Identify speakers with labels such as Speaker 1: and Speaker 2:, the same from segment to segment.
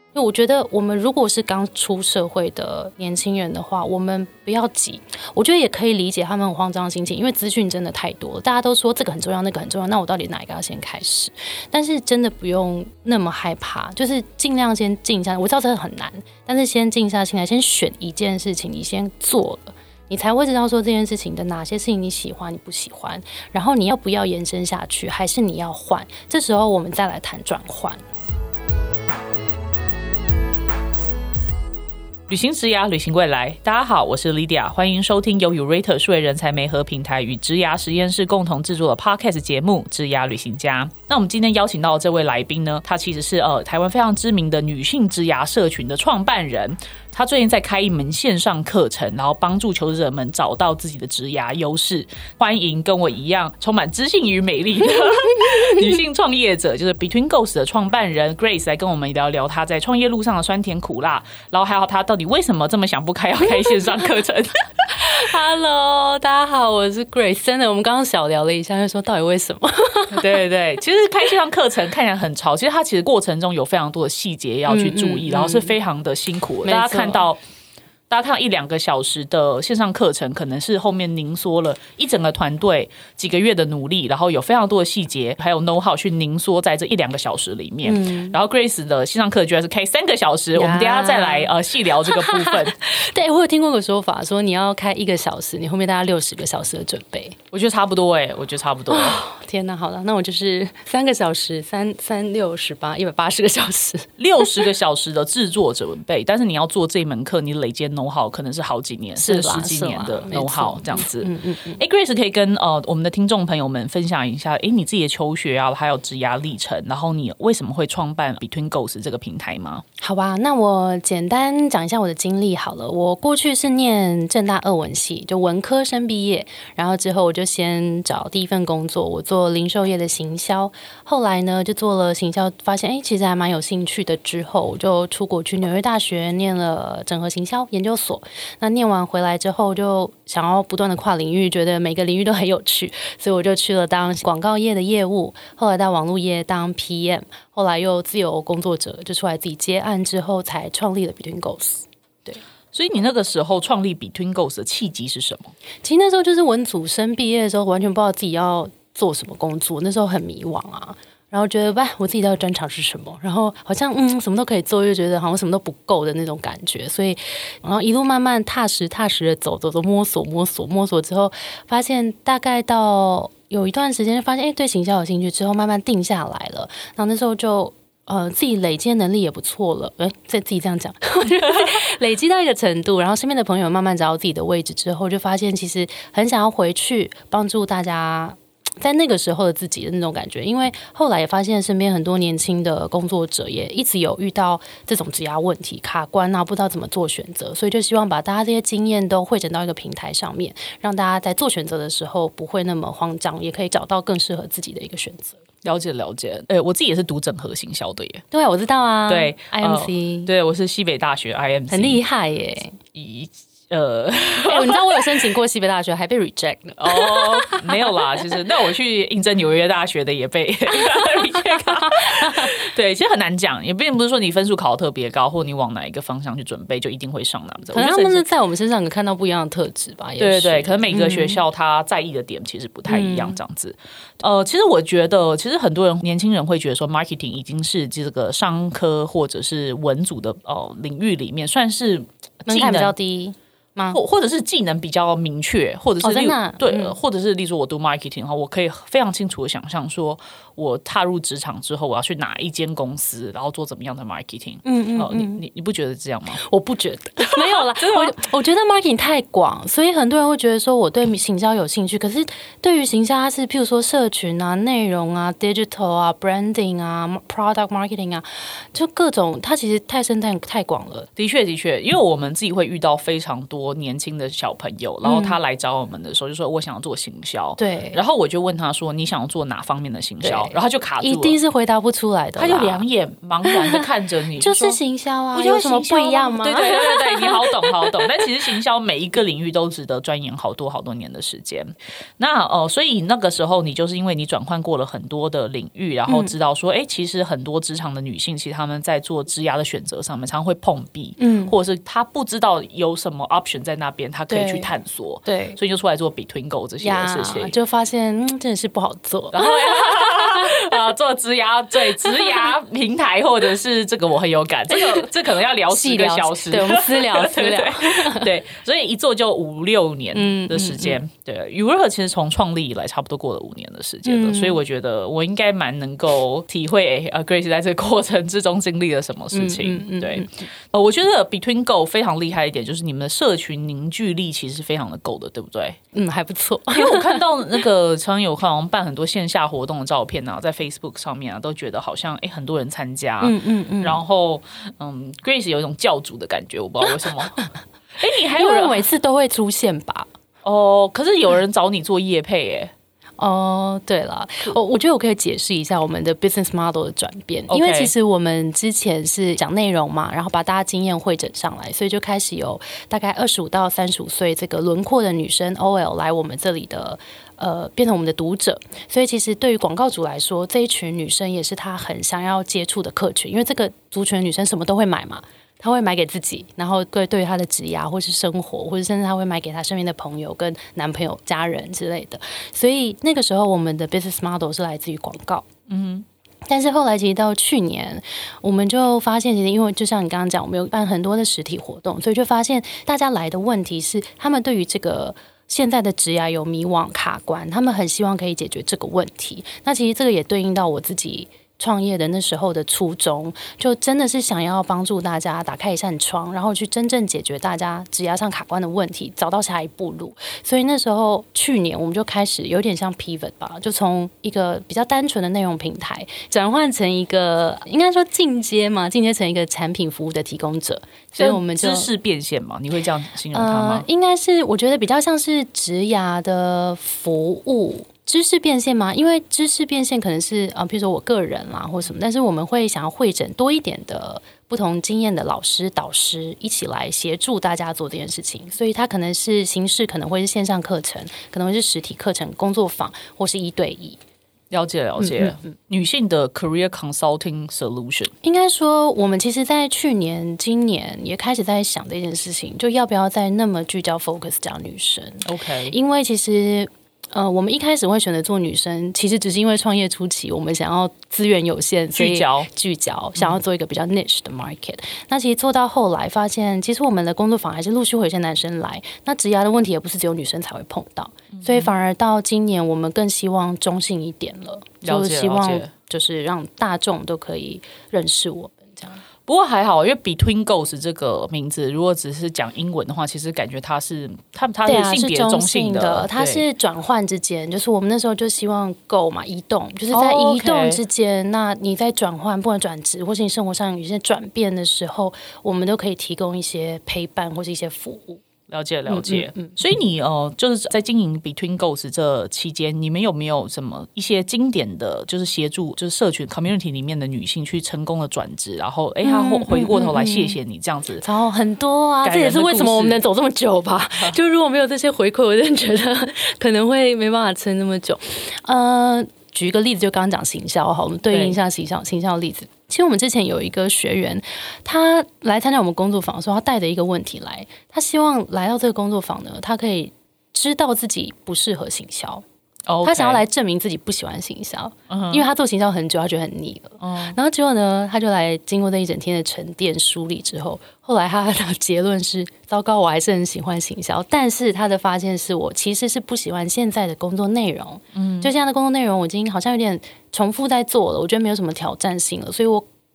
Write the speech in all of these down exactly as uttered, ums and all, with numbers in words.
Speaker 1: 因为我觉得我们如果是刚出社会的年轻人的话，我们不要急。我觉得也可以理解他们很慌张的心情，因为资讯真的太多了，大家都说这个很重要，那个很重要，那我到底哪一个要先开始？但是真的不用那么害怕，就是尽量先静下来。我知道这很难，但是先静下心来，先选一件事情，你先做了。你才会知道说这件事情的哪些事情你喜欢你不喜欢，然后你要不要延伸下去，还是你要换，这时候我们再来谈转换。
Speaker 2: 旅行职涯，旅行未来。大家好，我是 Lydia， 欢迎收听由 Yourator 数位人才媒合平台与职涯实验室共同制作的 Podcast 节目《职涯旅行家》。那我们今天邀请到的这位来宾呢，她其实是呃台湾非常知名的女性职涯社群的创办人。她最近在开一门线上课程，然后帮助求职者们找到自己的职涯优势。欢迎跟我一样充满知性与美丽的女性创业者，就是 Between Goals 的创办人 Grace 来跟我们聊聊她在创业路上的酸甜苦辣，然后还有她到底为什么这么想不开要开线上课程。
Speaker 1: Hello， 大家好，我是 Grace。真的，我们刚刚小聊了一下，就说到底为什么？
Speaker 2: 对对对，其实开线上课程看起来很潮，其实它其实过程中有非常多的细节要去注意，嗯嗯嗯，然后是非常的辛苦的。大家看到。大家看到一两个小时的线上课程，可能是后面凝缩了一整个团队几个月的努力，然后有非常多的细节还有 know how 去凝缩在这一两个小时里面。嗯、然后 Grace 的线上课居然是开三个小时，我们等一下再来呃细聊这个部分。
Speaker 1: 对，我有听过个说法，说你要开一个小时，你后面大概六十个小时的准备。
Speaker 2: 我觉得差不多哎、欸，我觉得差不多。哦、
Speaker 1: 天哪，好了，那我就是三个小时，三三六十八，一百八十个小时，
Speaker 2: 六十个小时的制作准备。但是你要做这一门课，你累积 know how 可能是好几年，甚至十几年的 know how 这样子。嗯嗯嗯。哎 ，Grace 可以跟呃我们的听众朋友们分享一下，哎，你自己的求学啊，还有职涯历程，然后你为什么会创办 Between Goals 这个平台吗？
Speaker 1: 好吧，那我简单讲一下我的经历好了。我过去是念政大二文系，就文科生毕业，然后之后我就先找第一份工作，我做零售业的行销。后来呢，就做了行销，发现哎，其实还蛮有兴趣的。之后我就出国去纽约大学念了整合行销研究所。那念完回来之后，就想要不断的跨领域，觉得每个领域都很有趣，所以我就去了当广告业的业务，后来到网络业当 P M， 后来又自由工作者，就出来自己接案之后，才创立了 Between Goals。对，
Speaker 2: 所以你那个时候创立 Between Goals 的契机是什么？
Speaker 1: 其实那时候就是文组生毕业的时候，完全不知道自己要做什么工作，那时候很迷惘啊。然后觉得吧，我自己的专长是什么？然后好像嗯，什么都可以做，又觉得好像什么都不够的那种感觉。所以，然后一路慢慢踏实踏实的走走走，摸索摸索摸索之后，发现大概到有一段时间，发现哎，对行销有兴趣之后，慢慢定下来了。然后那时候就呃，自己累积的能力也不错了。哎，再自己这样讲，累积到一个程度，然后身边的朋友慢慢找到自己的位置之后，就发现其实很想要回去帮助大家。在那个时候的自己的那种感觉，因为后来也发现身边很多年轻的工作者也一直有遇到这种职涯问题卡关啊，不知道怎么做选择，所以就希望把大家这些经验都汇整到一个平台上面，让大家在做选择的时候不会那么慌张，也可以找到更适合自己的一个选择。
Speaker 2: 了解了解，呃，我自己也是读整合行销的耶。
Speaker 1: 对，我知道啊。
Speaker 2: 对
Speaker 1: ，I M C，呃、
Speaker 2: 对我是西北大学 I M C，
Speaker 1: 很厉害耶。
Speaker 2: 以呃、欸，
Speaker 1: 你知道我有申请过西北大学，还被 reject 了。
Speaker 2: 哦，没有啦，其实那我去应征纽约大学的也被 reject。对，其实很难讲，也并不是说你分数考得特别高，或你往哪一个方向去准备就一定会上那。
Speaker 1: 可能他们是在我们身上看到不一样的特质吧。
Speaker 2: 对对对，可能每个学校他在意的点其实不太一样，这样子。嗯、呃，其实我觉得，其实很多人年轻人会觉得说 ，marketing 已经是这个商科或者是文组的呃领域里面算是
Speaker 1: 门槛比较低。
Speaker 2: 或或者是技能比较明确，或者是、哦、
Speaker 1: 真的啊、
Speaker 2: 对、
Speaker 1: 嗯，
Speaker 2: 或者是例如说我读 marketing 我可以非常清楚的想象说，我踏入职场之后，我要去哪一间公司，然后做怎么样的 marketing。嗯嗯、呃、你你你不觉得这样吗？
Speaker 1: 我不觉得，没有啦。我我觉得 marketing 太广，所以很多人会觉得说我对行销有兴趣，可是对于行销，它是譬如说社群啊、内容啊、digital 啊、branding 啊、product marketing 啊，就各种，它其实太深太太广了。
Speaker 2: 的确的确，因为我们自己会遇到非常多。 多年轻的小朋友，然后他来找我们的时候就说我想要做行销，
Speaker 1: 对，
Speaker 2: 然后我就问他说你想要做哪方面的行销，然后他就卡住了，
Speaker 1: 一定是回答不出来的，
Speaker 2: 他就两眼茫然的看着你
Speaker 1: 就是行销啊，
Speaker 2: 有
Speaker 1: 什么不一样吗？
Speaker 2: 对对对对对，你好懂好懂。但其实行销每一个领域都值得钻研好多好多年的时间。那呃，所以那个时候你就是因为你转换过了很多的领域，然后知道说，哎、嗯，其实很多职场的女性，其实她们在做职涯的选择上面，常常会碰壁，嗯，或者是她不知道有什么 option 在那边，她可以去探索，
Speaker 1: 对，
Speaker 2: 所以就出来做 Between Go 这些事情，
Speaker 1: 就发现嗯，真的是不好做，
Speaker 2: 然后。呃，做职涯对职涯平台，或者是这个我很有感，这个这可能要聊十个小时，
Speaker 1: 对，我们私聊私聊，
Speaker 2: 对, 对，所以一做就五六年的时间，嗯嗯嗯、对，宇文和其实从创立以来差不多过了五年的时间了、嗯，所以我觉得我应该蛮能够体会呃 Grace 在这个过程之中经历了什么事情，嗯嗯嗯、对，呃，我觉得 Between Go 非常厉害一点，就是你们的社群凝聚力其实非常的够的，对不对？
Speaker 1: 嗯，还不错，
Speaker 2: 因为我看到那个常常有好像办很多线下活动的照片啊，在 Facebook 上面啊，都觉得好像哎很多人参加，嗯嗯嗯，然后嗯 Grace 有一种教主的感觉，我不知道为什么。哎，你还有人
Speaker 1: 每次都会出现吧？
Speaker 2: 哦，可是有人找你做业配哎。
Speaker 1: 哦，对了，我我觉得我可以解释一下我们的 business model 的转变，
Speaker 2: okay.
Speaker 1: 因为其实我们之前是讲内容嘛，然后把大家经验汇整上来，所以就开始有大概二十五到三十五岁这个轮廓的女生 O L 来我们这里的。呃，变成我们的读者，所以其实对于广告主来说，这一群女生也是她很想要接触的客群，因为这个族群的女生什么都会买嘛，她会买给自己，然后对对于她的职业或是生活，或者甚至她会买给她身边的朋友、跟男朋友、家人之类的。所以那个时候我们的 business model 是来自于广告，嗯。但是后来其实到去年，我们就发现，其实因为就像你刚刚讲，我们有办很多的实体活动，所以就发现大家来的问题是，他们对于这个。现在的职涯有迷惘卡关，他们很希望可以解决这个问题。那其实这个也对应到我自己创业的那时候的初衷，就真的是想要帮助大家打开一扇窗，然后去真正解决大家职涯上卡关的问题，找到下一步路。所以那时候去年我们就开始有点像 pivot 吧，就从一个比较单纯的内容平台转换成一个应该说进阶嘛，进阶成一个产品服务的提供者。所以我们就
Speaker 2: 知识变现嘛，你会这样形容它吗？
Speaker 1: 呃、应该是我觉得比较像是职涯的服务。知识变现吗？因为知识变现可能是啊，譬如说我个人啦或什么，但是我们会想要汇整多一点的不同经验的老师、导师一起来协助大家做这件事情。所以它可能是形式，可能会是线上课程，可能会是实体课程、工作坊，或是一对一。
Speaker 2: 了解了解、嗯嗯嗯，女性的 career consulting solution，
Speaker 1: 应该说，我们其实，在去年、今年也开始在想这件事情，就要不要再那么聚焦 focus 讲女生
Speaker 2: ？OK，
Speaker 1: 因为其实。呃，我们一开始会选择做女生，其实只是因为创业初期，我们想要资源有限，
Speaker 2: 聚焦
Speaker 1: 聚焦，想要做一个比较 niche 的 market、嗯。那其实做到后来，发现其实我们的工作坊还是陆续会有些男生来，那职涯的问题也不是只有女生才会碰到，嗯、所以反而到今年，我们更希望中性一点了，
Speaker 2: 了
Speaker 1: 就希望就是让大众都可以认识我们这样。
Speaker 2: 不过还好，因为 Between Goals 这个名字，如果只是讲英文的话，其实感觉它是它它是性别中性的，
Speaker 1: 啊、它是转换之间，就是我们那时候就希望 Go 嘛，移动，就是在移动之间， oh, okay. 那你在转换，不管转职或是你生活上有一些转变的时候，我们都可以提供一些陪伴或是一些服务。
Speaker 2: 了解了解、嗯嗯嗯、所以你呃就是在经营 Between Goals 这期间，你们有没有什么一些经典的就是协助就是社群 community 里面的女性去成功的转职，然后哎她回过头来谢谢你这样子？
Speaker 1: 超、嗯、很多啊，这也是为什么我们能走这么久吧。就如果没有这些回馈，我真的觉得可能会没办法撑那么久。呃，举一个例子，就刚刚讲行销好，我们对应一下行销行销例子。其实我们之前有一个学员，他来参加我们工作坊的时候，他带着一个问题来，他希望来到这个工作坊呢，他可以知道自己不适合行销。Okay. 他想要来证明自己不喜欢行销、uh-huh. 因为他做行销很久，他觉得很腻了、uh-huh. 然后结果呢，他就来经过这一整天的沉淀梳理之后，后来他的结论是糟糕，我还是很喜欢行销，但是他的发现是我其实是不喜欢现在的工作内容、uh-huh. 就现在的工作内容我已经好像有点重复在做了，我觉得没有什么挑战性了，所以我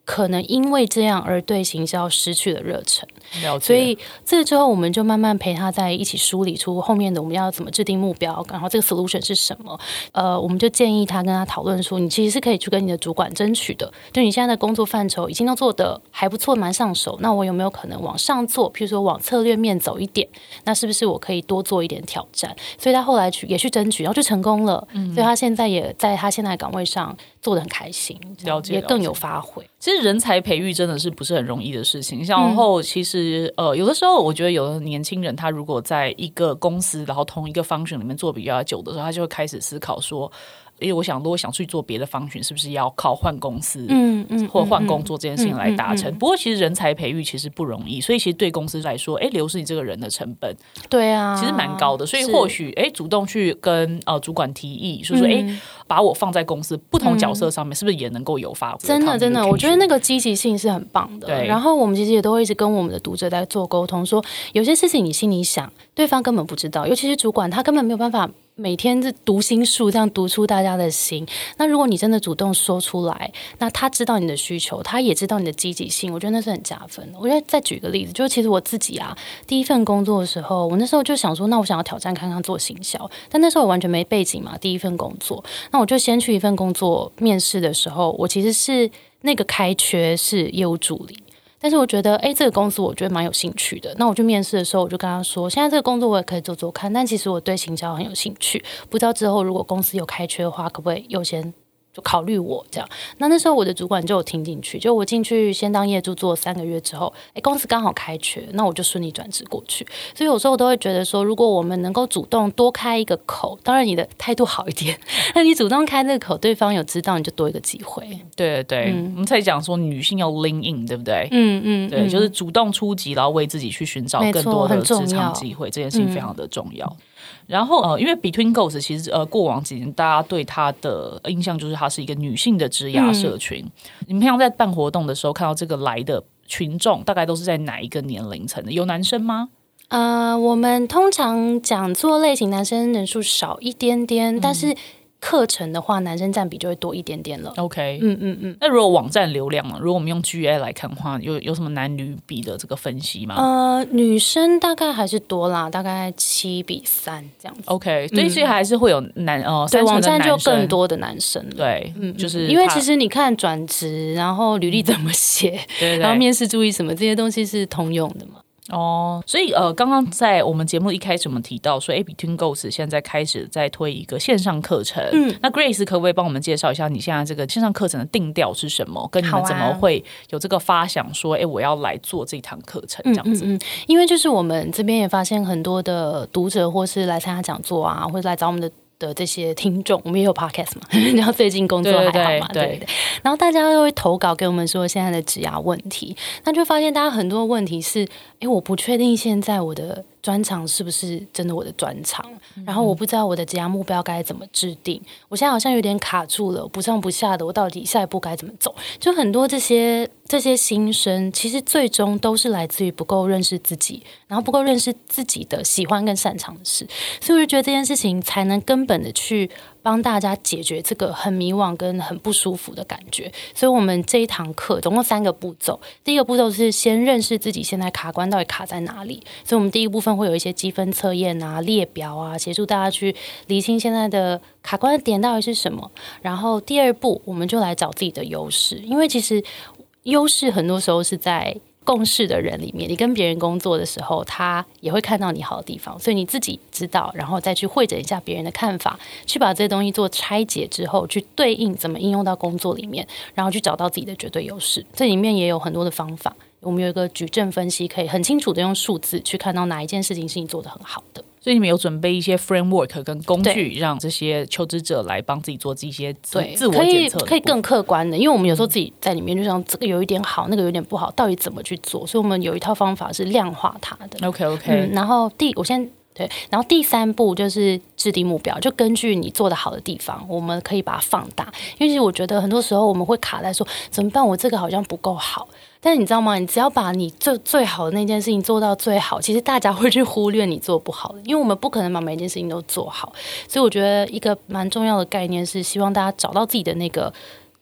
Speaker 1: 可能因为这样而对行销失去了热忱。
Speaker 2: 了解。
Speaker 1: 所以这之后我们就慢慢陪他在一起梳理出后面的我们要怎么制定目标，然后这个 solution 是什么。呃，我们就建议他跟他讨论说，你其实是可以去跟你的主管争取的，就你现在的工作范畴已经都做得还不错，蛮上手，那我有没有可能往上做，譬如说往策略面走一点，那是不是我可以多做一点挑战。所以他后来去也去争取，然后就成功了、嗯、所以他现在也在他现在的岗位上做得很开心，
Speaker 2: 了解，
Speaker 1: 也更有发挥。
Speaker 2: 其实人才培育真的是不是很容易的事情，然后其实、嗯、呃有的时候我觉得有的年轻人他如果在一个公司然后同一个 function 里面做比较久的时候，他就会开始思考说，因为我想如果想去做别的function，是不是要靠换公司嗯嗯或换工作这件事情来达成、嗯嗯嗯嗯、不过其实人才培育其实不容易，所以其实对公司来说，哎，流失你这个人的成本
Speaker 1: 对啊
Speaker 2: 其实蛮高的，所以或许哎主动去跟呃主管提议说说哎、嗯、把我放在公司不同角色上面、嗯、是不是也能够有发挥。
Speaker 1: 真的真的我觉得那个积极性是很棒的。
Speaker 2: 对，
Speaker 1: 然后我们其实也都会一直跟我们的读者在做沟通，说有些事情你心里想对方根本不知道，尤其是主管他根本没有办法每天是读心术这样读出大家的心，那如果你真的主动说出来，那他知道你的需求，他也知道你的积极性，我觉得那是很加分的。我觉得再举个例子，就是其实我自己啊，第一份工作的时候，我那时候就想说，那我想要挑战看看做行销，但那时候我完全没背景嘛，第一份工作，那我就先去一份工作面试的时候，我其实是那个开缺是业务助理，但是我觉得，哎，这个公司我觉得蛮有兴趣的。那我去面试的时候，我就跟他说，现在这个工作我也可以做做看，但其实我对行销很有兴趣，不知道之后如果公司有开缺的话，可不可以优先就考虑我这样。那那时候我的主管就有听进去，就我进去先当业助做三个月之后，哎，公司刚好开缺，那我就顺利转职过去。所以有时候我都会觉得说，如果我们能够主动多开一个口，当然你的态度好一点，那你主动开这个口，对方有知道，你就多一个机会。
Speaker 2: 对对、嗯、我们才讲说女性要 lean in， 对不对？
Speaker 1: 嗯嗯，
Speaker 2: 对，就是主动出击，然后为自己去寻找更多的职场机会，这件事情非常的重要。嗯，然后呃，因为 Between Goals 其实呃过往几年大家对它的印象就是它是一个女性的职涯社群、嗯、你们平常在办活动的时候看到这个来的群众大概都是在哪一个年龄层的？有男生吗？
Speaker 1: 呃，我们通常讲座类型男生人数少一点点、嗯、但是课程的话男生占比就会多一点点了。
Speaker 2: OK，
Speaker 1: 嗯嗯嗯。
Speaker 2: 那如果网站流量呢？如果我们用 G A 来看的话，有有什么男女比的这个分析吗？
Speaker 1: 呃，女生大概还是多啦，大概七比三这样子。
Speaker 2: OK， 所以其实还是会有男、嗯、呃，
Speaker 1: 对，网站就更多的男生。
Speaker 2: 对，嗯，就是
Speaker 1: 因为其实你看转职，然后履历怎么写、嗯、对对对，然后面试注意什么，这些东西是通用的嘛。
Speaker 2: 哦，所以呃，刚刚在我们节目一开始我们提到说，哎 ，Between Goals 现在开始在推一个线上课程。嗯，那 Grace 可不可以帮我们介绍一下你现在这个线上课程的定调是什么？跟你们怎么会有这个发想说，哎、啊，我要来做这堂课程这样子？嗯嗯嗯，
Speaker 1: 因为就是我们这边也发现很多的读者或是来参加讲座啊，或者来找我们的。的这些听众，我们也有 podcast 嘛，然后最近工作还好嘛，对对 对, 对, 对。然后大家又会投稿给我们说现在的职涯问题，那就发现大家很多问题是，哎，我不确定现在我的专长是不是真的我的专长，然后我不知道我的职涯目标该怎么制定，我现在好像有点卡住了，不上不下的，我到底下一步该怎么走？就很多这些这些心声，其实最终都是来自于不够认识自己，然后不够认识自己的喜欢跟擅长的事，所以我就觉得这件事情才能根本的去帮大家解决这个很迷惘跟很不舒服的感觉。所以我们这一堂课总共三个步骤，第一个步骤是先认识自己现在卡关到底卡在哪里，所以我们第一部分会有一些积分测验啊、列表啊，协助大家去厘清现在的卡关的点到底是什么。然后第二步我们就来找自己的优势，因为其实优势很多时候是在共事的人里面，你跟别人工作的时候，他也会看到你好的地方，所以你自己知道，然后再去汇整一下别人的看法，去把这些东西做拆解之后，去对应怎么应用到工作里面，然后去找到自己的绝对优势。这里面也有很多的方法，我们有一个矩阵分析，可以很清楚的用数字去看到哪一件事情是你做得很好的。所
Speaker 2: 以你们有准备一些 framework 跟工具，让这些求职者来帮自己做这些自自我检测的，
Speaker 1: 可以更客观的，因为我们有时候自己在里面就像这个有一点好，那个有点不好，到底怎么去做？所以我们有一套方法是量化它的。
Speaker 2: OK OK，
Speaker 1: 嗯，然后第我先对，然后第三步就是制定目标，就根据你做得好的地方，我们可以把它放大。因为其实我觉得很多时候我们会卡在说怎么办，我这个好像不够好。但是你知道吗？你只要把你最最好的那件事情做到最好，其实大家会去忽略你做不好的，因为我们不可能把每一件事情都做好。所以我觉得一个蛮重要的概念是，希望大家找到自己的那个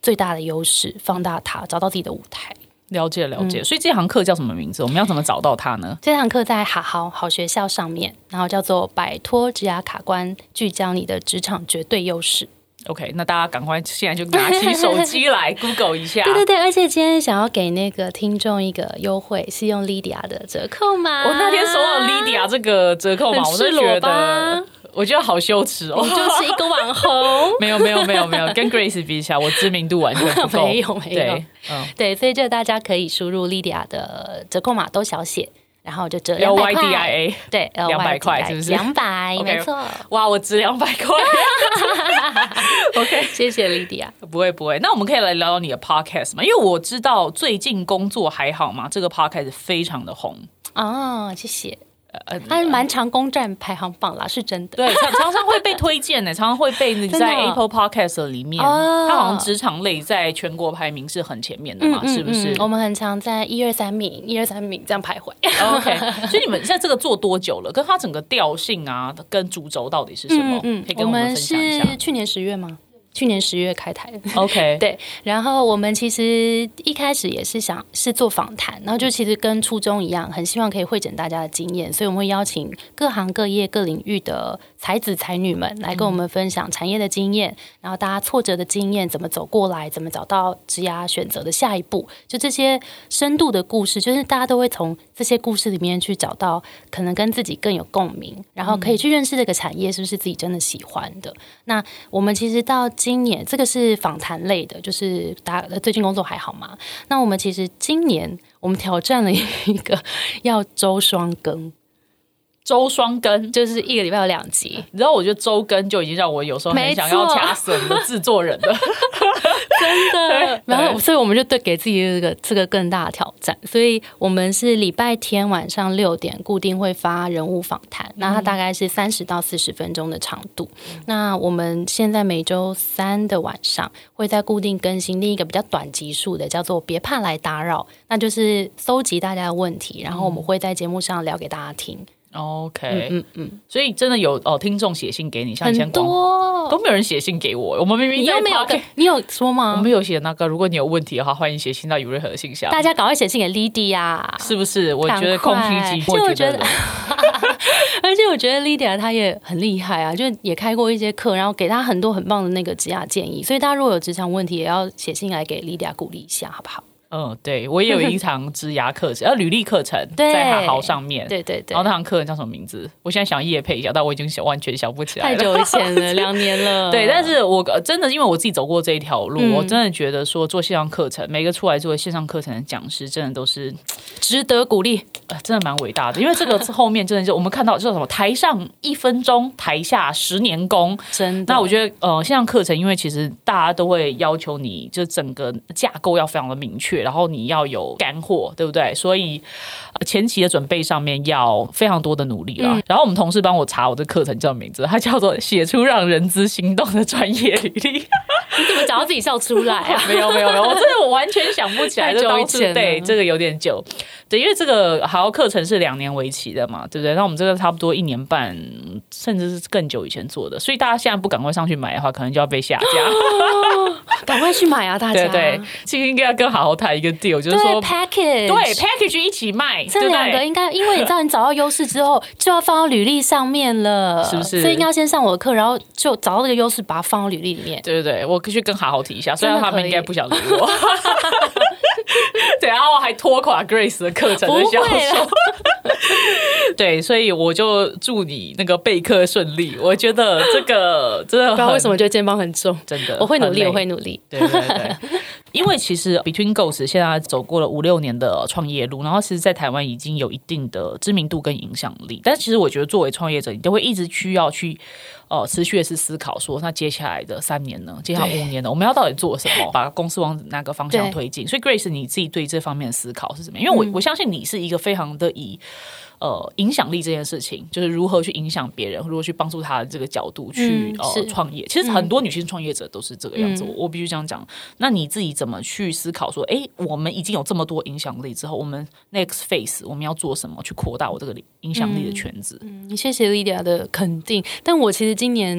Speaker 1: 最大的优势，放大它，找到自己的舞台。
Speaker 2: 了解了解、嗯、所以这堂课叫什么名字？我们要怎么找到它呢？
Speaker 1: 这堂课在好好好学校上面，然后叫做摆脱职涯卡关，聚焦你的职场绝对优势。
Speaker 2: OK， 那大家赶快现在就拿起手机来 Google 一下。
Speaker 1: 对对对，而且今天想要给那个听众一个优惠，是用 Lydia 的折扣码。
Speaker 2: 我那天收到 Lydia 这个折扣码，我就觉得我觉得好羞耻哦，
Speaker 1: 你就是一个网红。
Speaker 2: 没有没有没有没有，跟 Grace 比起来，我知名度完全不够。
Speaker 1: 没有没有，对，嗯、对，所以就大家可以输入 Lydia 的折扣码都小写。然后就折两百块，对，
Speaker 2: 两百块是不是？
Speaker 1: 两百，没错。
Speaker 2: 哇，我值两百块。OK，
Speaker 1: 谢谢 Lydia。
Speaker 2: 不会不会，那我们可以来聊聊你的 podcast 吗？因为我知道最近工作还好吗？这个 podcast 非常的红
Speaker 1: 哦，谢谢。呃，它蛮常攻占排行榜啦，是真的。
Speaker 2: 对，常常常会被推荐呢，常常会被你在 Apple Podcast 里面，哦、它好像职场类在全国排名是很前面的嘛，嗯嗯嗯，是不是？
Speaker 1: 我们很常在一二三名、一二三名这样徘徊。
Speaker 2: OK， 所以你们现在这个做多久了？跟它整个调性啊，跟主轴到底是什么？嗯嗯，可以跟我们分享一下。
Speaker 1: 我们是去年十月吗？去年十月开台的
Speaker 2: ，OK，
Speaker 1: 对，然后我们其实一开始也是想是做访谈，然后就其实跟初衷一样，很希望可以汇整大家的经验，所以我们会邀请各行各业各领域的才子才女们来跟我们分享产业的经验，然后大家挫折的经验怎么走过来，怎么找到职涯选择的下一步，就这些深度的故事，就是大家都会从这些故事里面去找到可能跟自己更有共鸣，然后可以去认识这个产业是不是自己真的喜欢的。那我们其实到今年这个是访谈类的，就是大家最近工作还好吗？那我们其实今年我们挑战了一个要周双更，
Speaker 2: 周双更
Speaker 1: 就是一个礼拜有两集。
Speaker 2: 你知道，我觉得周更就已经让我有时候很想要掐死我们的制作人了。
Speaker 1: 真的，然后所以我们就对给自己这个这个更大的挑战，所以我们是礼拜天晚上六点固定会发人物访谈，那它大概是三十到四十分钟的长度。嗯、那我们现在每周三的晚上会再固定更新另一个比较短集数的，叫做别怕来打扰，那就是搜集大家的问题，然后我们会在节目上聊给大家听。
Speaker 2: OK，
Speaker 1: 嗯嗯嗯，
Speaker 2: 所以真的有哦，听众写信给你，像以前广
Speaker 1: 多
Speaker 2: 都没有人写信给我，我们明明在
Speaker 1: 你, 有你有说吗？
Speaker 2: 我们有写那个，如果你有问题的话，欢迎写信到有任何的信箱。
Speaker 1: 大家赶快写信给 Lydia，
Speaker 2: 是不是？我觉得空虚寂寞，
Speaker 1: 我觉得，而且我觉得 Lydia 她也很厉害啊，就也开过一些课，然后给她很多很棒的那个职涯建议，所以大家如果有职场问题，也要写信来给 Lydia 鼓励一下，好不好？
Speaker 2: 嗯，对，我也有一堂职涯课程，呃，履历课程在好好上面，
Speaker 1: 对对对。
Speaker 2: 然后那堂课程叫什么名字？我现在想业配一下，但我已经想完全想不起来了，
Speaker 1: 太久以前了，两年了。
Speaker 2: 对，但是我真的因为我自己走过这一条路，嗯、我真的觉得说做线上课程，每个出来做线上课程的讲师，真的都是
Speaker 1: 值得鼓励，
Speaker 2: 呃，真的蛮伟大的。因为这个后面真的就我们看到就是什么台上一分钟，台下十年功，
Speaker 1: 真的。
Speaker 2: 那我觉得呃，线上课程，因为其实大家都会要求你，就整个架构要非常的明确，然后你要有干货，对不对？所以、呃、前期的准备上面要非常多的努力啦、嗯、然后我们同事帮我查我的课程叫名字，它叫做写出让人资心动的专业履历。
Speaker 1: 你怎么讲到自己笑出来啊？
Speaker 2: 没有没有没有，我真的我完全想不起来，
Speaker 1: 太久以前了。
Speaker 2: 对，这个有点久。对，因为这个好课程是两年为期的嘛，对不对？那我们这个差不多一年半，甚至是更久以前做的，所以大家现在不赶快上去买的话，可能就要被下架。
Speaker 1: 哦、赶快去买啊，大家！
Speaker 2: 对对，其实应该要跟好好谈一个 deal， 就是说
Speaker 1: package，
Speaker 2: 对 package 一起卖，
Speaker 1: 这两个应该，因为你知道你找到优势之后，就要放到履历上面了，
Speaker 2: 是不是？
Speaker 1: 所以应该要先上我的课，然后就找到这个优势，把它放到履历里面。
Speaker 2: 对对对，我去跟好好提一下，虽然他们应该不想理我。对，然后还拖垮 Grace 的课程的销售。对，所以我就祝你那个备课顺利。我觉得这个真的
Speaker 1: 不知道为什么觉得肩膀很重，
Speaker 2: 真的，
Speaker 1: 我会努力，我会努力。
Speaker 2: 对对对，因为其实 Between Goals 现在走过了五六年的创业路，然后其实在台湾已经有一定的知名度跟影响力。但其实我觉得作为创业者，你都会一直需要去呃持续的是思考说，那接下来的三年呢，接下来五年呢，我们要到底做什么，把公司往哪个方向推进？所以 Grace 你自己对这方面的思考是什么？因为我、嗯、我相信你是一个非常的以呃影响力这件事情，就是如何去影响别人，如何去帮助他的这个角度去、嗯、呃创业。其实很多女性创业者都是这个样子，嗯、我必须这样讲。那你自己怎么去思考说，哎，我们已经有这么多影响力之后，我们 next phase 我们要做什么去扩大我这个影响力的圈子？
Speaker 1: 嗯，嗯谢谢 Lydia 的肯定。但我其实今年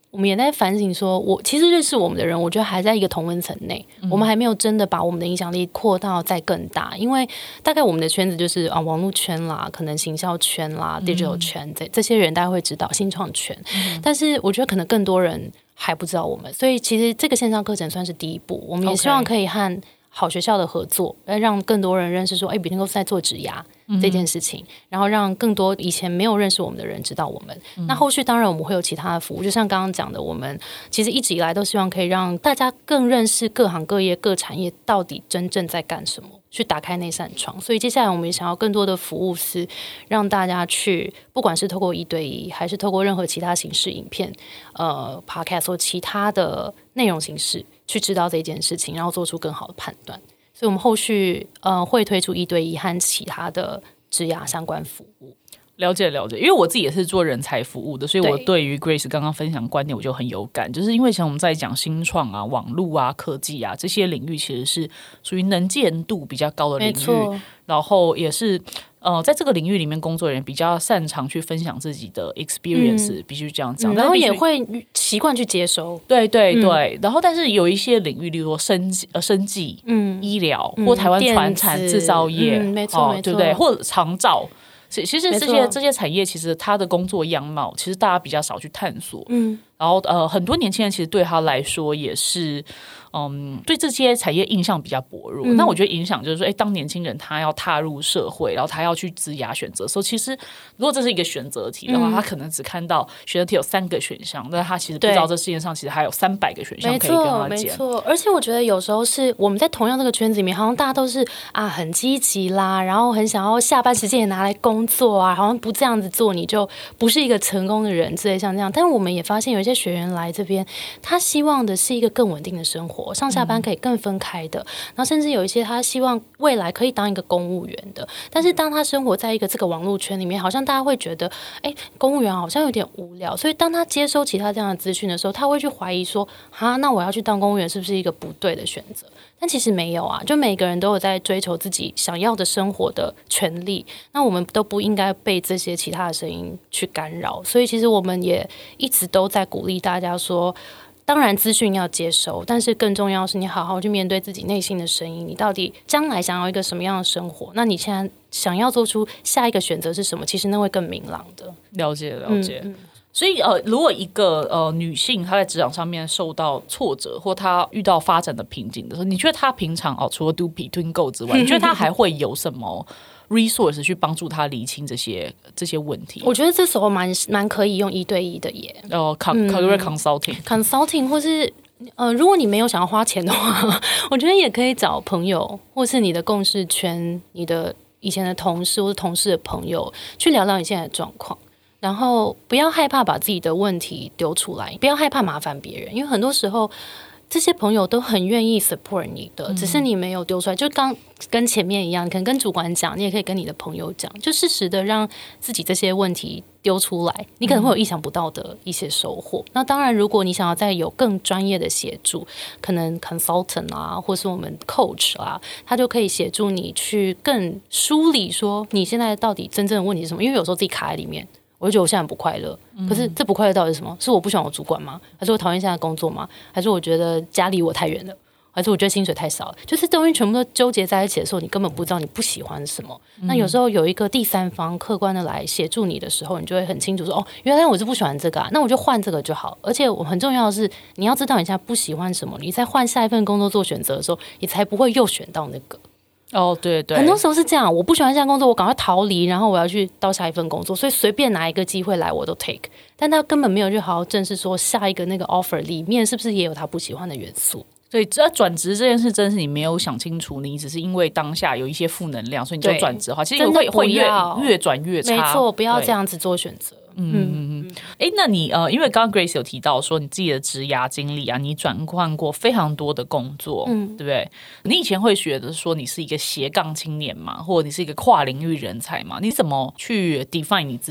Speaker 1: 我们也在反省说，我其实认识我们的人，我觉得还在一个同温层内，嗯、我们还没有真的把我们的影响力扩到再更大。因为大概我们的圈子就是啊，网络圈啦，可能行销圈啦、嗯、digital 圈，这这些人大家会知道新创圈、嗯。但是我觉得可能更多人还不知道我们，所以其实这个线上课程算是第一步。我们也希望可以和好学校的合作，让更多人认识说，哎，比特公司在做职涯这件事情、嗯，然后让更多以前没有认识我们的人知道我们、嗯。那后续当然我们会有其他的服务，就像刚刚讲的，我们其实一直以来都希望可以让大家更认识各行各业、各产业到底真正在干什么，去打开那扇窗。所以接下来我们也想要更多的服务是让大家去，不管是透过一对一，还是透过任何其他形式影片、呃 podcast 或其他的内容形式。去知道这件事情，然后做出更好的判断。所以我们后续呃会推出一对一和其他的职涯相关服务。
Speaker 2: 了解了解，因为我自己也是做人才服务的，所以我对于 Grace 刚刚分享的观点我就很有感，就是因为像我们在讲新创啊、网络啊、科技啊这些领域，其实是属于能见度比较高的领域，然后也是呃在这个领域里面工作的人比较擅长去分享自己的 experience，、嗯、必须这样讲、嗯，
Speaker 1: 然后也会习惯去接收。
Speaker 2: 对对对、嗯，然后但是有一些领域，例如说生呃生技、嗯、医疗、嗯、或台湾传产制造业，
Speaker 1: 嗯、没错、哦、没错，
Speaker 2: 对不对？或者长照。其实这些这些产业，其实它的工作样貌，其实大家比较少去探索。嗯，然后呃，很多年轻人其实对他来说也是，嗯，对这些产业印象比较薄弱。嗯、那我觉得影响就是说，哎，当年轻人他要踏入社会，然后他要去职涯选择的时候，其实如果这是一个选择题的话，嗯、他可能只看到选择题有三个选项，但他其实不知道这世界上其实还有三百个选项可以跟他捡。
Speaker 1: 没错，而且我觉得有时候是我们在同样这个圈子里面，好像大家都是啊很积极啦，然后很想要下班时间也拿来工作啊，好像不这样子做你就不是一个成功的人之类像这样。但是我们也发现有一些学员来这边，他希望的是一个更稳定的生活，上下班可以更分开的，嗯、然后甚至有一些他希望未来可以当一个公务员的。但是当他生活在一个这个网络圈里面，好像大家会觉得，哎，公务员好像有点无聊。所以当他接收其他这样的资讯的时候，他会去怀疑说，哈，那我要去当公务员是不是一个不对的选择？但其实没有啊，就每个人都有在追求自己想要的生活的权利，那我们都不应该被这些其他的声音去干扰。所以其实我们也一直都在鼓励大家说，当然资讯要接收，但是更重要是你好好去面对自己内心的声音，你到底将来想要一个什么样的生活，那你现在想要做出下一个选择是什么，其实那会更明朗的。
Speaker 2: 了解了解、嗯嗯所以呃，如果一个呃女性她在职场上面受到挫折，或她遇到发展的瓶颈的时候，你觉得她平常哦，除了 do between go 之外，你觉得她还会有什么 resource 去帮助她厘清这些这些问题？
Speaker 1: 我觉得这时候蛮蛮可以用一对一的耶，
Speaker 2: 哦 career consulting
Speaker 1: consulting 或是。呃，如果你没有想要花钱的话，我觉得也可以找朋友，或是你的共事圈、你的以前的同事或是同事的朋友去聊聊你现在的状况。然后不要害怕把自己的问题丢出来，不要害怕麻烦别人，因为很多时候这些朋友都很愿意 support 你的，只是你没有丢出来。就刚跟前面一样，你可能跟主管讲，你也可以跟你的朋友讲，就适时的让自己这些问题丢出来，你可能会有意想不到的一些收获。嗯、那当然，如果你想要再有更专业的协助，可能 consultant 啊，或是我们 coach 啊，他就可以协助你去更梳理说你现在到底真正的问题是什么。因为有时候自己卡在里面。我就觉得我现在很不快乐，可是这不快乐到底是什么？是我不喜欢我主管吗？还是我讨厌现在的工作吗？还是我觉得家离我太远了？还是我觉得薪水太少了？就是这东西全部都纠结在一起的时候，你根本不知道你不喜欢什么。嗯、那有时候有一个第三方客观的来协助你的时候，你就会很清楚说，哦，原来我是不喜欢这个啊，那我就换这个就好。而且我很重要的是，你要知道你现在不喜欢什么，你在换下一份工作做选择的时候，你才不会又选到那个。
Speaker 2: 哦，对对，
Speaker 1: 很多时候是这样，我不喜欢现在工作，我赶快逃离，然后我要去到下一份工作，所以随便拿一个机会来我都 take， 但他根本没有去好好正视说下一个那个 offer 里面是不是也有他不喜欢的元素。
Speaker 2: 所以这转职这件事真是你没有想清楚，你只是因为当下有一些负能量，所以你就转职的话，其实会会越越转越差。
Speaker 1: 没错，不要这样子做选择。
Speaker 2: 嗯嗯嗯，哎，那你呃，因为刚刚 Grace 有提到说你自己的职涯经历啊，你转换过非常多的工作，嗯，对不对？你以前会觉得说你是一个斜杠青年嘛，或者你是一个跨领域人才嘛？你怎么去 define 你自己？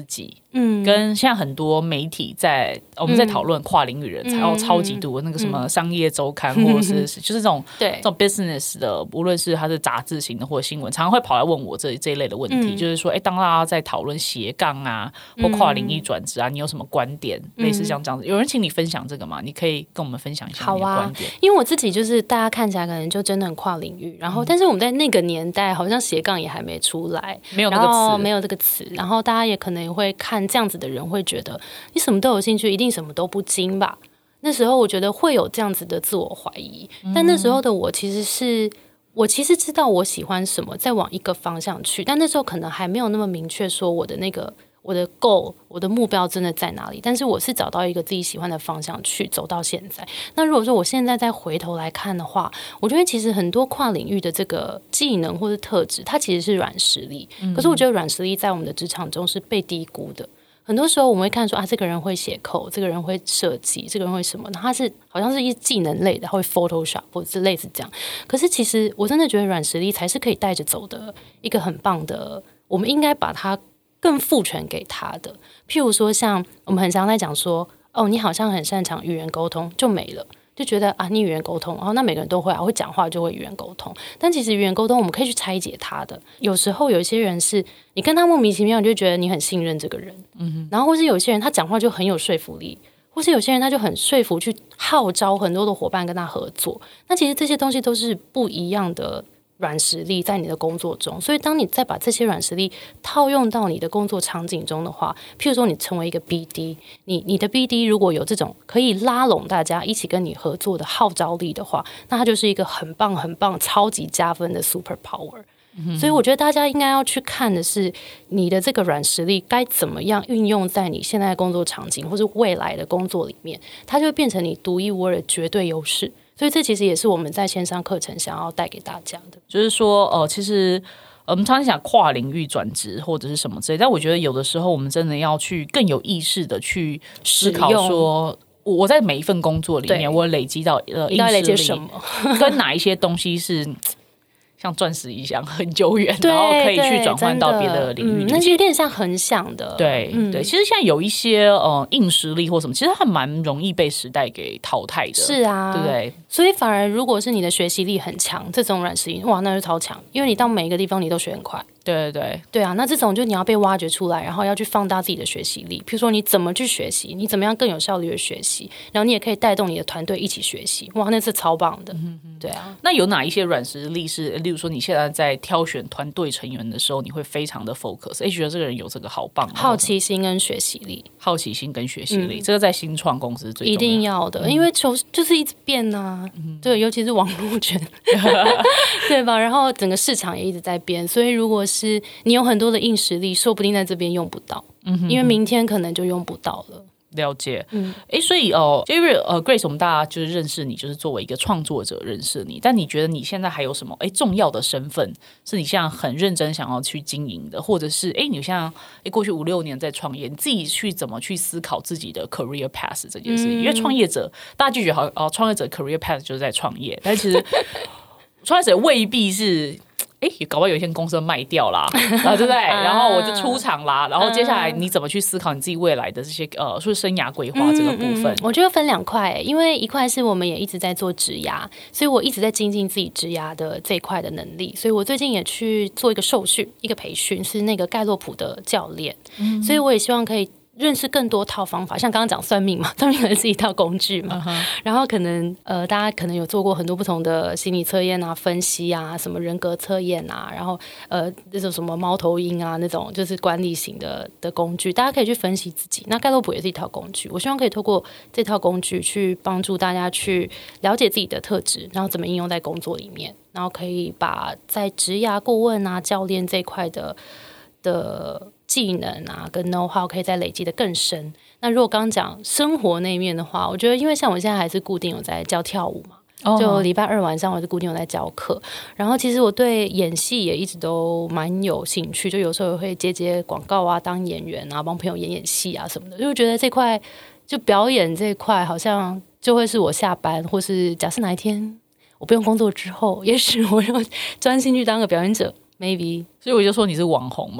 Speaker 2: 嗯，跟现在很多媒体在我们在讨论跨领域人才，哦、嗯，超级多那个什么商业周刊，嗯、或者是就是这种对这种 business 的，无论是它是杂志型的或者新闻，常常会跑来问我这这一类的问题，嗯、就是说，哎，当大家在讨论斜杠啊或跨领域转职啊，你有什么观点？嗯、类似像这样子，有人请你分享这个吗？你可以跟我们分享一下你的观点。
Speaker 1: 好啊，因为我自己就是大家看起来可能就真的很跨领域，然后、嗯、但是我们在那个年代好像斜杠也还没出来，
Speaker 2: 没有那个词，
Speaker 1: 没有这个词，然后大家也可能也会看这样子的人会觉得你什么都有兴趣，一定什么都不精吧？那时候我觉得会有这样子的自我怀疑，但那时候的我其实是我其实知道我喜欢什么，再往一个方向去，但那时候可能还没有那么明确说我的那个我的 goal 我的目标真的在哪里，但是我是找到一个自己喜欢的方向去走到现在。那如果说我现在再回头来看的话，我觉得其实很多跨领域的这个技能或是特质它其实是软实力、嗯、可是我觉得软实力在我们的职场中是被低估的。很多时候我们会看说啊，这个人会写 code， 这个人会设计，这个人会什么，他是好像是一技能类的，他会 Photoshop 或者是类似这样。可是其实我真的觉得软实力才是可以带着走的一个很棒的，我们应该把它更赋权给他的。譬如说像我们很常在讲说，哦，你好像很擅长语言沟通就没了，就觉得啊，你语言沟通，然后那每个人都会啊，会讲话就会语言沟通。但其实语言沟通我们可以去拆解它的。有时候有一些人是你跟他莫名其妙，你就觉得你很信任这个人，嗯哼，然后或是有些人他讲话就很有说服力，或是有些人他就很说服去号召很多的伙伴跟他合作。那其实这些东西都是不一样的软实力在你的工作中，所以当你再把这些软实力套用到你的工作场景中的话，譬如说你成为一个 B D， 你, 你的 B D 如果有这种可以拉拢大家一起跟你合作的号召力的话，那它就是一个很棒很棒超级加分的 super power。所以我觉得大家应该要去看的是你的这个软实力该怎么样运用在你现在的工作场景或是未来的工作里面，它就会变成你独一无二的绝对优势。所以这其实也是我们在线上课程想要带给大家的，
Speaker 2: 就是说呃，其实我们常常讲跨领域转职或者是什么之类，但我觉得有的时候我们真的要去更有意识的去思考说我在每一份工作里面我累积到呃硬实力什么跟哪一些东西是像钻石一样很久远，然后可以去转换到别的领域、嗯、
Speaker 1: 那就有点像横向的。
Speaker 2: 对、嗯、对，其实现在有一些呃硬实力或什么，其实还蛮容易被时代给淘汰的。
Speaker 1: 是啊，
Speaker 2: 对不对？
Speaker 1: 所以反而如果是你的学习力很强，这种软实力哇，那就超强，因为你到每一个地方你都学很快。
Speaker 2: 对对对
Speaker 1: 对啊，那这种就你要被挖掘出来，然后要去放大自己的学习力。比如说你怎么去学习，你怎么样更有效率的学习，然后你也可以带动你的团队一起学习。哇，那是超棒的。嗯嗯，对啊。
Speaker 2: 那有哪一些软实力是，例如说你现在在挑选团队成员的时候，你会非常的 focus， 哎，觉得这个人有这个好棒，
Speaker 1: 好奇心跟学习力，
Speaker 2: 好奇心跟学习力，嗯、这个在新创公司最重要，
Speaker 1: 一定要的，嗯、因为就就是一直变啊，嗯、对，尤其是网络圈，对吧？然后整个市场也一直在变，所以如果是你有很多的硬实力，说不定在这边用不到，嗯、因为明天可能就用不到了。
Speaker 2: 了解，嗯，哎，所以哦，因为呃 ，Grace， 我们大家就是认识你，就是作为一个创作者认识你，但你觉得你现在还有什么哎重要的身份是你现在很认真想要去经营的，或者是哎，你像哎过去五六年在创业，你自己去怎么去思考自己的 career path 这件事情？嗯、因为创业者大家就觉得好哦，创业者 career path 就是在创业，但其实创业者未必是。哎，搞不好有一天公司卖掉啦，啊，对不对？然后我就出场啦，然后接下来你怎么去思考你自己未来的这些呃，说生涯规划这个部分？嗯嗯、
Speaker 1: 我觉得分两块，因为一块是我们也一直在做职涯，所以我一直在精进自己职涯的这一块的能力，所以我最近也去做一个受训，一个培训，是那个盖洛普的教练，嗯、所以我也希望可以。认识更多套方法，像刚刚讲算命嘛，算命可能是一套工具嘛， uh-huh. 然后可能呃，大家可能有做过很多不同的心理测验啊、分析啊、什么人格测验啊，然后呃，那种什么猫头鹰啊，那种就是管理型的的工具，大家可以去分析自己。那盖洛普也是一套工具，我希望可以透过这套工具去帮助大家去了解自己的特质，然后怎么应用在工作里面，然后可以把在职涯顾问啊、教练这一块的的。技能啊跟 know how 可以再累积的更深。那如果刚刚讲生活那一面的话，我觉得因为像我现在还是固定有在教跳舞嘛，哦、就礼拜二晚上我是固定有在教课，然后其实我对演戏也一直都蛮有兴趣，就有时候会接接广告啊，当演员啊，帮朋友演演戏啊什么的，就觉得这块就表演这一块好像就会是我下班或是假设哪一天我不用工作之后，也许我就专心去当个表演者 maybe。
Speaker 2: 所以我就说你是网红嘛。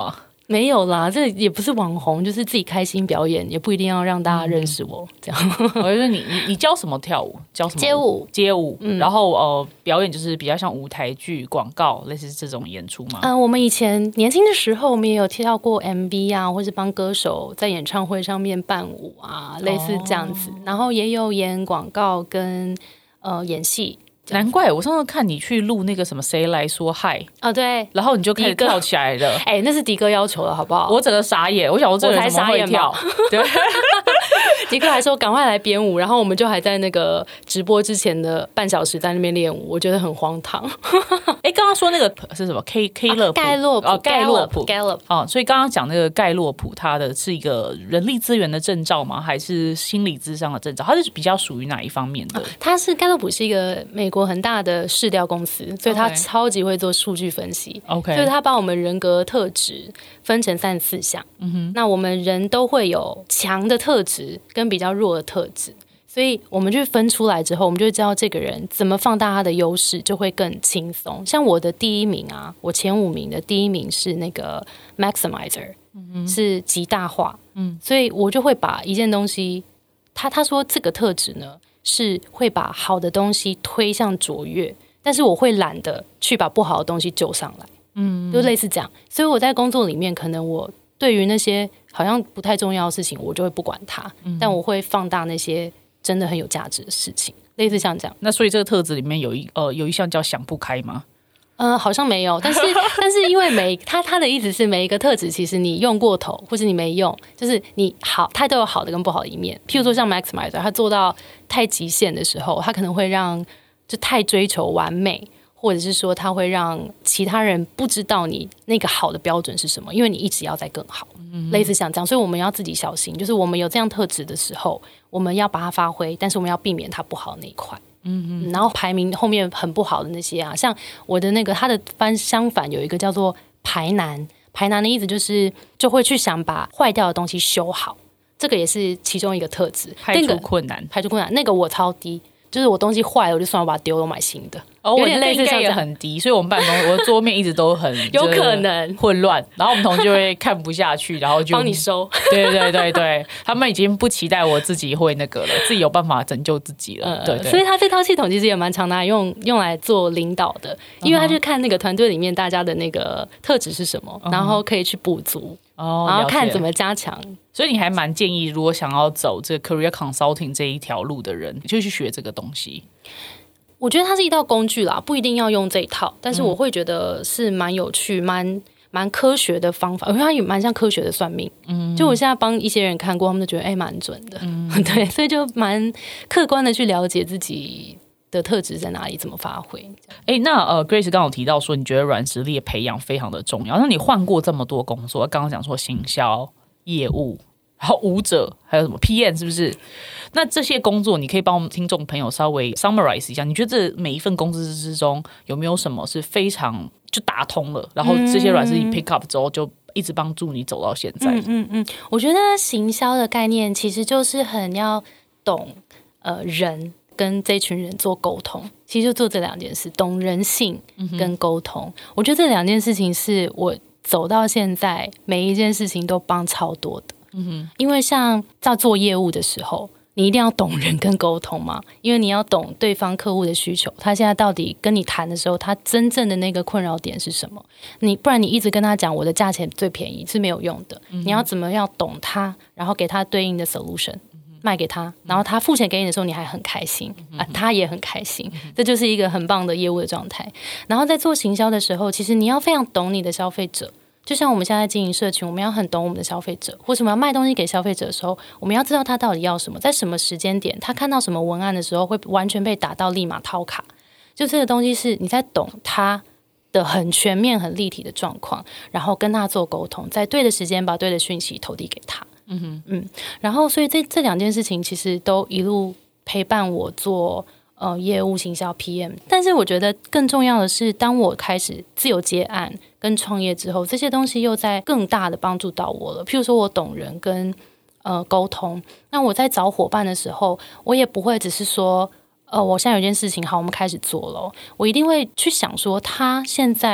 Speaker 1: 没有啦，这也不是网红，就是自己开心表演，也不一定要让大家认识我、嗯、这样。
Speaker 2: 我觉得你你你教什么跳舞？教什么舞？
Speaker 1: 街舞，
Speaker 2: 街舞。嗯、然后呃，表演就是比较像舞台剧、广告类似这种演出吗？
Speaker 1: 嗯、呃，我们以前年轻的时候，我们也有跳过 M V 啊，或是帮歌手在演唱会上面伴舞啊，类似这样子。哦、然后也有演广告跟呃演戏。
Speaker 2: 难怪我上次看你去录那个什么谁来说嗨
Speaker 1: 哦，对，
Speaker 2: 然后你就开始跳起来了。
Speaker 1: 哎、欸，那是迪哥要求的好不好？
Speaker 2: 我整个傻眼，我想我这个人怎么会跳？对，
Speaker 1: 迪哥还说赶快来编舞，然后我们就还在那个直播之前的半小时在那边练舞，我觉得很荒唐。
Speaker 2: 哎、欸，刚刚说那个是什么 K K 乐谱？
Speaker 1: 盖洛普，
Speaker 2: 盖洛普
Speaker 1: ，Gallup。
Speaker 2: 哦，所以刚刚讲那个盖洛普，它的是一个人力资源的证照吗？还是心理咨商的证照？它是比较属于哪一方面的？
Speaker 1: 它是盖洛普是一个美国很大的市调公司，所以他超级会做数据分析。
Speaker 2: OK，
Speaker 1: 所以他把我们人格特质分成三十四项。嗯哼，那我们人都会有强的特质跟比较弱的特质，所以我们就分出来之后，我们就知道这个人怎么放大他的优势，就会更轻松。像我的第一名啊，我前五名的第一名是那个 maximizer，、嗯、是极大化。嗯，所以我就会把一件东西，他他说这个特质呢。是会把好的东西推向卓越，但是我会懒得去把不好的东西救上来，嗯，就类似这样。所以我在工作里面，可能我对于那些好像不太重要的事情，我就会不管它，嗯、但我会放大那些真的很有价值的事情，类似像这样。
Speaker 2: 那所以这个特质里面有一呃有一项叫想不开吗？
Speaker 1: 呃，好像没有，但是但是因为每他他的意思是每一个特质，其实你用过头，或是你没用，就是你好，他都有好的跟不好的一面。譬如说像 Maximizer， 他做到太极限的时候，他可能会让就太追求完美，或者是说他会让其他人不知道你那个好的标准是什么，因为你一直要再更好，嗯、类似像这样，所以我们要自己小心，就是我们有这样特质的时候，我们要把它发挥，但是我们要避免它不好的那一块。嗯嗯，然后排名后面很不好的那些啊，像我的那个，它的翻相反有一个叫做排难，排难的意思就是就会去想把坏掉的东西修好，这个也是其中一个特质。
Speaker 2: 排除困难，
Speaker 1: 排除困难，那个我超低，就是我东西坏了，我就算我把它丢了，我买新的。
Speaker 2: 哦，有点类似，应该也很低，所以我们办公，我的桌面一直都很
Speaker 1: 有可能
Speaker 2: 混乱，然后我们同事就会看不下去，然后就
Speaker 1: 帮你收。
Speaker 2: 对对对对，他们已经不期待我自己会那个了，自己有办法拯救自己了。呃、对, 对，
Speaker 1: 所以他这套系统其实也蛮常拿来用用来做领导的，因为他就看那个团队里面大家的那个特质是什么，嗯、然后可以去补足。哦，然后看怎么加强。
Speaker 2: 所以你还蛮建议，如果想要走这个 career consulting 这一条路的人，就去学这个东西。
Speaker 1: 我觉得它是一道工具啦，不一定要用这一套，但是我会觉得是蛮有趣、蛮蛮科学的方法，因为它也蛮像科学的算命。嗯，就我现在帮一些人看过，他们都觉得哎蛮准的。嗯，对，所以就蛮客观的去了解自己的特质在哪里，怎么发挥。
Speaker 2: 哎，那呃 ，Grace 刚刚有提到说，你觉得软实力的培养非常的重要。那你换过这么多工作，刚刚讲说行销、业务，然后舞者，还有什么 P M 是不是？那这些工作，你可以帮我们听众朋友稍微 summarize 一下。你觉得这每一份工作之中，有没有什么是非常就打通了，然后这些软实力 pick up 之后，就一直帮助你走到现在？
Speaker 1: 嗯嗯嗯，我觉得行销的概念其实就是很要懂呃人。跟这群人做沟通，其实就做这两件事，懂人性跟沟通。嗯、我觉得这两件事情是我走到现在每一件事情都帮超多的。嗯、因为像在做业务的时候，你一定要懂人跟沟通嘛，因为你要懂对方客户的需求，他现在到底跟你谈的时候，他真正的那个困扰点是什么？你不然你一直跟他讲我的价钱最便宜是没有用的。嗯、你要怎么样懂他，然后给他对应的 solution。卖给他，然后他付钱给你的时候，你还很开心啊，他也很开心，这就是一个很棒的业务的状态。然后在做行销的时候，其实你要非常懂你的消费者，就像我们现在经营社群，我们要很懂我们的消费者，或者我们要卖东西给消费者的时候，我们要知道他到底要什么，在什么时间点，他看到什么文案的时候会完全被打到立马掏卡。就这个东西是你在懂他的很全面、很立体的状况，然后跟他做沟通，在对的时间把对的讯息投递给他。嗯哼，嗯，然后所以这这两件事情其实都一路陪伴我做呃业务行销 P M， 但是我觉得更重要的是，当我开始自由接案跟创业之后，这些东西又在更大的帮助到我了。譬如说我懂人跟呃沟通，那我在找伙伴的时候，我也不会只是说呃我现在有件事情好，我们开始做了，我一定会去想说他现在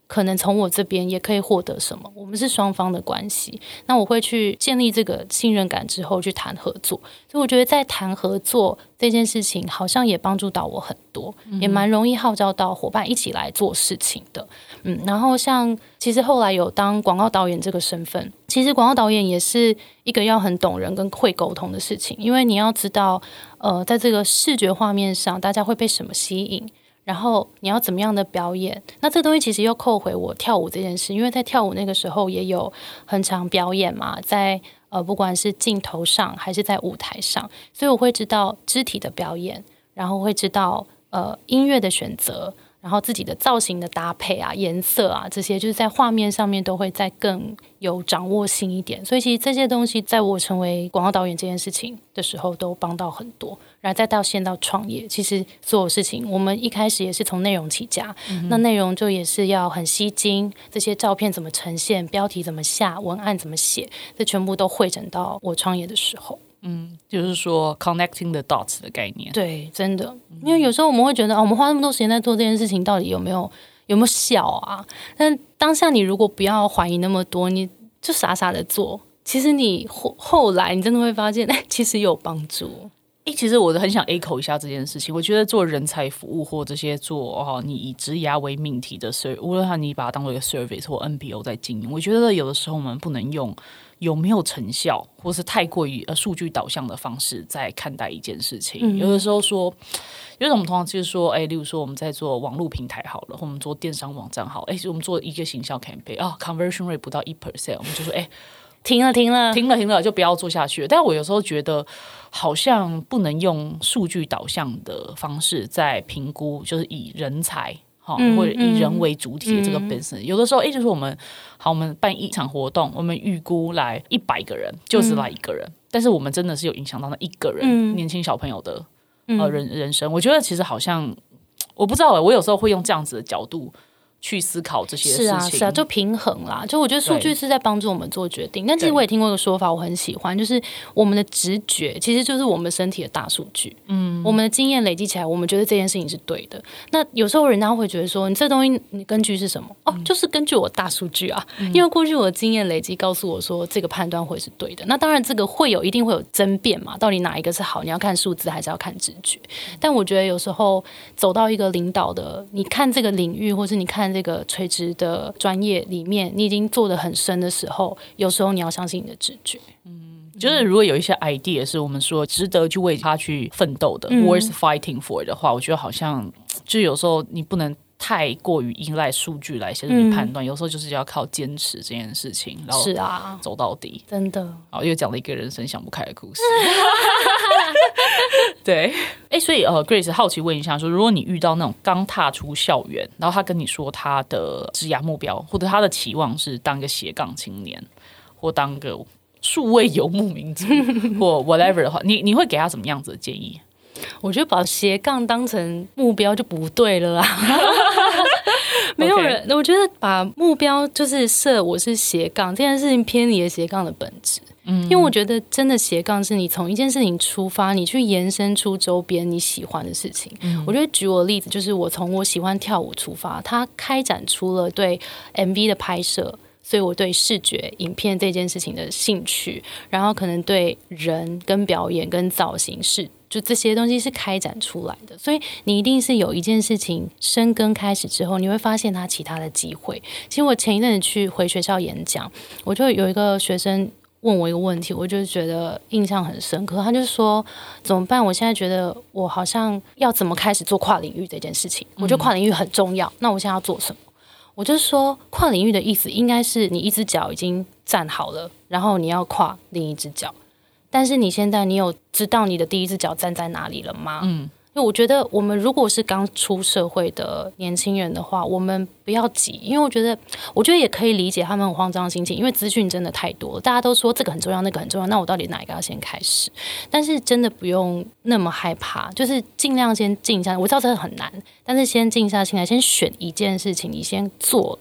Speaker 1: 可能从我这边也可以获得什么，我们是双方的关系，那我会去建立这个信任感之后去谈合作。所以我觉得在谈合作这件事情好像也帮助到我很多，嗯、也蛮容易号召到伙伴一起来做事情的。嗯，然后像其实后来有当广告导演这个身份，其实广告导演也是一个要很懂人跟会沟通的事情，因为你要知道呃，在这个视觉画面上大家会被什么吸引，然后你要怎么样的表演。那这东西其实又扣回我跳舞这件事，因为在跳舞那个时候也有很常表演嘛，在呃不管是镜头上还是在舞台上，所以我会知道肢体的表演，然后会知道呃音乐的选择，然后自己的造型的搭配啊、颜色啊，这些就是在画面上面都会再更有掌握性一点。所以其实这些东西在我成为广告导演这件事情的时候都帮到很多。然后再到现到创业，其实所有事情我们一开始也是从内容起家、嗯、那内容就也是要很吸睛，这些照片怎么呈现，标题怎么下，文案怎么写，这全部都汇整到我创业的时候。
Speaker 2: 嗯，就是说 connecting the dots 的概念。
Speaker 1: 对，真的，因为有时候我们会觉得、哦、我们花那么多时间在做这件事情，到底有没有有没有效啊？但当下你如果不要怀疑那么多，你就傻傻的做，其实你后后来你真的会发现，哎，其实有帮助。
Speaker 2: 欸、其实我很想 echo 一下这件事情。我觉得做人才服务或这些做、哦、你以职涯为命题的 service， 无论你把它当做一个 service 或 N P O 在经营，我觉得有的时候我们不能用有没有成效或是太过于数据导向的方式在看待一件事情、嗯、有的时候说，有的我们通常就是说、欸、例如说我们在做网络平台好了，或我们做电商网站好了、欸、我们做一个行销 campaign、哦、conversion rate 不到 百分之一， 我们就说哎、欸
Speaker 1: 停了停了
Speaker 2: 停了停了就不要做下去了。但我有时候觉得好像不能用数据导向的方式在评估，就是以人才、嗯、或者以人为主体的这个 business、嗯、有的时候哎，就是我们好，我们办一场活动，我们预估来一百个人，就是来一个人、嗯、但是我们真的是有影响到那一个人、嗯、年轻小朋友的、呃、人, 人生。我觉得其实好像我不知道，我有时候会用这样子的角度去思考这些事情。
Speaker 1: 是啊是啊，就平衡啦。就我觉得数据是在帮助我们做决定，但其实我也听过一个说法我很喜欢，就是我们的直觉其实就是我们身体的大数据。嗯，我们的经验累积起来，我们觉得这件事情是对的。那有时候人家会觉得说，你这东西你根据是什么？哦，就是根据我大数据啊、嗯、因为过去我的经验累积告诉我说这个判断会是对的。那当然这个会有一定会有争辩嘛，到底哪一个是好，你要看数字还是要看直觉。但我觉得有时候走到一个领导的，你看这个领域或是你看这个垂直的专业里面，你已经做得很深的时候，有时候你要相信你的直觉。
Speaker 2: 嗯，就是如果有一些 idea 是我们说值得去为他去奋斗的、嗯、worth fighting for 的话，我觉得好像就有时候你不能太过于依赖数据来协助你判断、嗯、有时候就是要靠坚持这件事情，然后是啊，走到底。真的，好，又讲了一个人生想不开的故事。对，哎，所以呃 ，Grace 好奇问一下说，如果你遇到那种刚踏出校园，然后他跟你说他的职业目标或者他的期望是当个斜杠青年，或当个数位游牧民族，或 whatever 的话，你你会给他什么样子的建议？
Speaker 1: 我觉得把斜杠当成目标就不对了啦。没有人， okay. 我觉得把目标就是设我是斜杠这件事情偏离了斜杠的本质。嗯，因为我觉得真的斜杠是你从一件事情出发，你去延伸出周边你喜欢的事情。嗯，我觉得举我的例子就是我从我喜欢跳舞出发，它开展出了对 M V 的拍摄，所以我对视觉影片这件事情的兴趣，然后可能对人跟表演跟造型是就这些东西是开展出来的。所以你一定是有一件事情深耕开始之后，你会发现它其他的机会。其实我前一阵子去回学校演讲，我就有一个学生问我一个问题，我就觉得印象很深刻。他就说怎么办，我现在觉得我好像要怎么开始做跨领域这件事情，我觉得跨领域很重要，那我现在要做什么？我就说跨领域的意思应该是你一只脚已经站好了，然后你要跨另一只脚，但是你现在你有知道你的第一只脚站在哪里了吗？嗯，因为我觉得我们如果是刚出社会的年轻人的话，我们不要急，因为我觉得我觉得也可以理解他们很慌张的心情，因为资讯真的太多了，大家都说这个很重要那个很重要，那我到底哪一个要先开始？但是真的不用那么害怕，就是尽量先静下，我知道这很难，但是先静下心来，先选一件事情你先做了，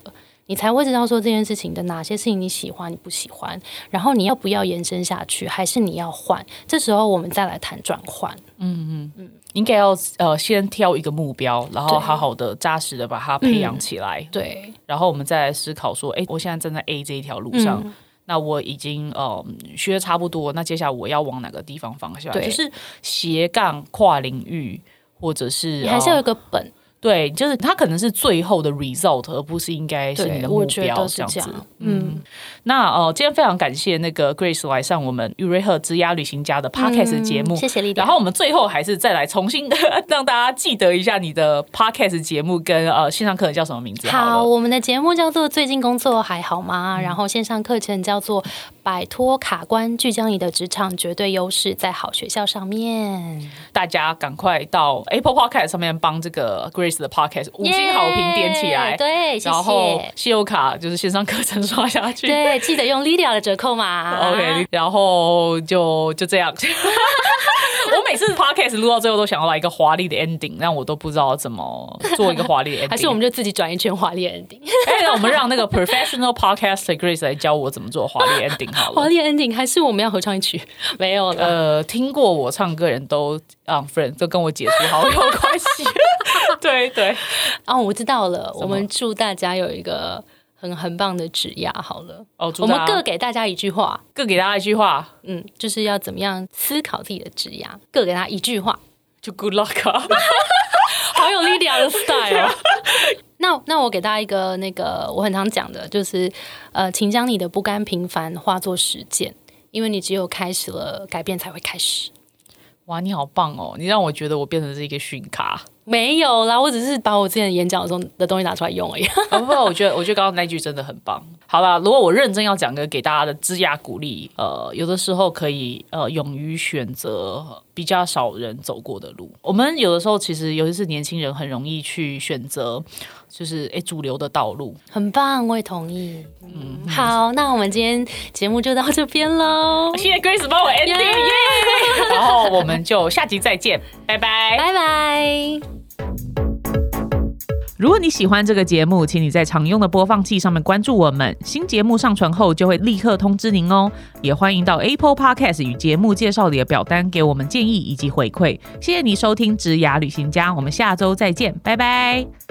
Speaker 1: 你才会知道说这件事情的哪些事情你喜欢你不喜欢，然后你要不要延伸下去，还是你要换，这时候我们再来谈转换。嗯
Speaker 2: 嗯嗯，应该要呃先挑一个目标，然后好好的扎实的把它培养起来、嗯、
Speaker 1: 对，
Speaker 2: 然后我们再来思考说，哎，我现在站在 A 这一条路上、嗯，那我已经呃学的差不多，那接下来我要往哪个地方方向？就是斜杠跨领域，或者是
Speaker 1: 你还是要有一个本、呃，
Speaker 2: 对，就是它可能是最后的 result， 而不是应该是你的目标这样子。嗯，那呃，今天非常感谢那个 Grace 来上我们宇瑞赫之鸭旅行家的 podcast 节目、
Speaker 1: 嗯，谢谢丽。
Speaker 2: 然后我们最后还是再来重新让大家记得一下你的 podcast 节目跟呃线上课程叫什么名字好了。
Speaker 1: 好，我们的节目叫做最近工作还好吗、嗯、然后线上课程叫做摆脱卡关，聚焦你的职场绝对优势，在好学校上面。
Speaker 2: 大家赶快到 Apple Podcast 上面帮这个 Grace 的 podcast 五星好评点起来、
Speaker 1: yeah, 对，谢谢。
Speaker 2: 然后信用卡就是线上课程刷下去，
Speaker 1: 对，记得用 Lydia 的折扣码。
Speaker 2: OK， 然后就就这样。我每次 podcast 录到最后都想要来一个华丽的 ending， 但我都不知道怎么做一个华丽的 ending。
Speaker 1: 还是我们就自己转一圈华丽的 ending？
Speaker 2: 哎，我们让那个 professional podcaster Grace 来教我怎么做华丽 ending 好了。
Speaker 1: 华丽 ending 还是我们要合唱一曲？没有了。
Speaker 2: 呃，听过我唱歌人都 unfriend 都跟我解除好友关系。对对。
Speaker 1: 哦，我知道了。我们祝大家有一个很很棒的职涯好了。
Speaker 2: 哦，
Speaker 1: 我们各给大家一句话，
Speaker 2: 各给大家一句话，
Speaker 1: 嗯，就是要怎么样思考自己的职涯，各给他一句话，
Speaker 2: 就 good luck 啊。
Speaker 1: 好有 Lydia 的 style 、哦。那那我给大家一个那个我很常讲的，就是呃，请将你的不甘平凡化作实践，因为你只有开始了，改变才会开始。
Speaker 2: 哇，你好棒哦！你让我觉得我变成是一个训咖。
Speaker 1: 没有啦，我只是把我之前演讲的时候的东西拿出来用而已。
Speaker 2: 不不，我觉得我觉得刚刚那句真的很棒。好啦，如果我认真要讲个给大家的职涯鼓励，呃，有的时候可以呃勇于选择比较少人走过的路。我们有的时候其实尤其是年轻人很容易去选择就是哎主流的道路。
Speaker 1: 很棒，我也同意。嗯，好，那我们今天节目就到这边喽。
Speaker 2: 谢谢 Grace 帮我 ending， 耶、yeah! 然后我们就下集再见，拜拜，
Speaker 1: 拜拜。
Speaker 2: 如果你喜欢这个节目，请你在常用的播放器上面关注我们，新节目上传后就会立刻通知您哦。也欢迎到 Apple Podcast 与节目介绍里的表单给我们建议以及回馈。谢谢你收听职涯旅行家，我们下周再见，拜拜。